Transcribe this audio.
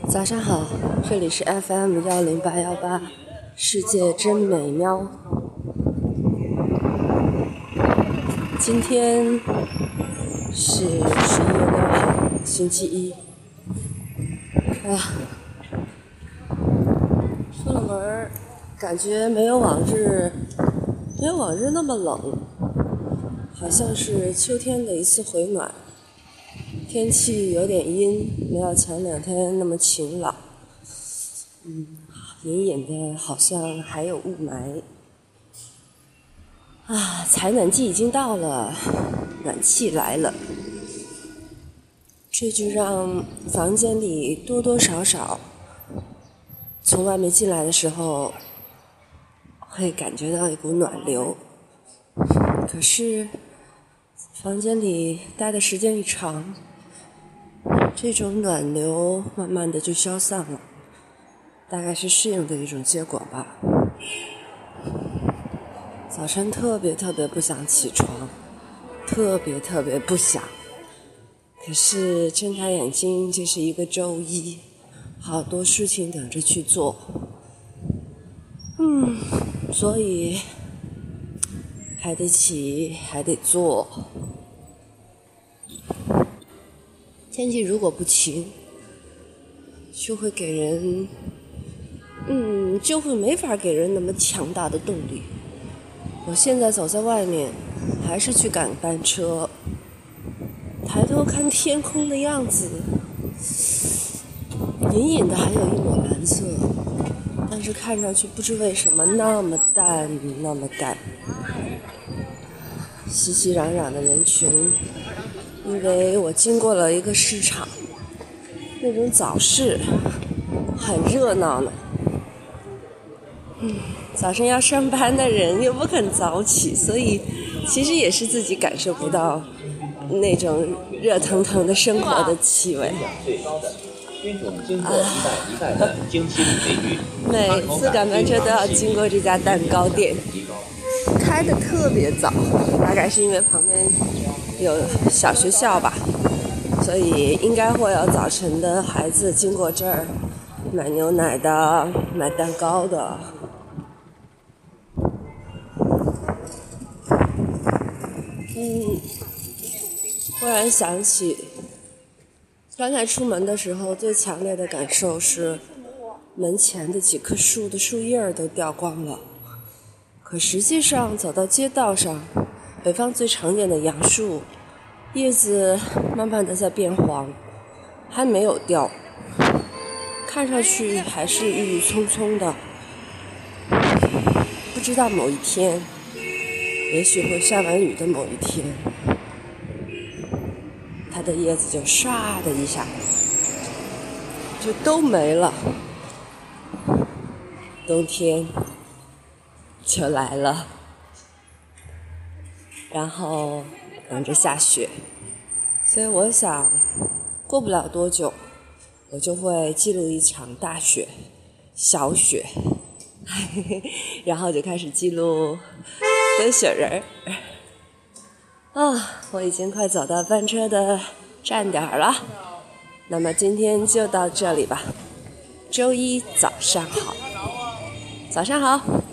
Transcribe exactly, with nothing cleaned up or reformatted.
早上好，这里是 F M 幺零八幺八，世界真美妙。今天是十一月六号，星期一。哎呀，出了门感觉没有往日没有往日那么冷，好像是秋天的一次回暖。天气有点阴，没有前两天那么晴朗。嗯，隐隐的好像还有雾霾。啊，采暖季已经到了，暖气来了，这就让房间里多多少少从外面进来的时候会感觉到一股暖流。可是房间里待的时间一长，这种暖流慢慢的就消散了，大概是适应的一种结果吧。早晨特别特别不想起床，特别特别不想，可是睁开眼睛就是一个周一，好多事情等着去做。嗯，所以还得起，还得做。天气如果不晴，就会给人，嗯，就会没法给人那么强大的动力。我现在走在外面，还是去赶班车，抬头看天空的样子，隐隐的还有一抹蓝色，但是看上去不知为什么那么淡，那么淡。熙熙攘攘的人群，因为我经过了一个市场，那种早市很热闹呢。嗯，早上要上班的人又不肯早起，所以其实也是自己感受不到那种热腾腾的生活的气味。啊，每次赶班车都要经过这家蛋糕店，开得特别早，大概是因为旁边有小学校吧，所以应该会有早晨的孩子经过这儿买牛奶的，买蛋糕的。嗯，忽然想起刚才出门的时候最强烈的感受是门前的几棵树的树叶儿都掉光了，可实际上走到街道上，北方最常见的杨树叶子慢慢的在变黄，还没有掉，看上去还是郁郁葱葱的。不知道某一天，也许会下完雨的某一天，它的叶子就唰的一下就都没了，冬天就来了，然后等着下雪。所以我想过不了多久我就会记录一场大雪，小雪然后就开始记录堆雪人儿啊，我已经快走到班车的站点了。那么今天就到这里吧，周一早上好，早上好。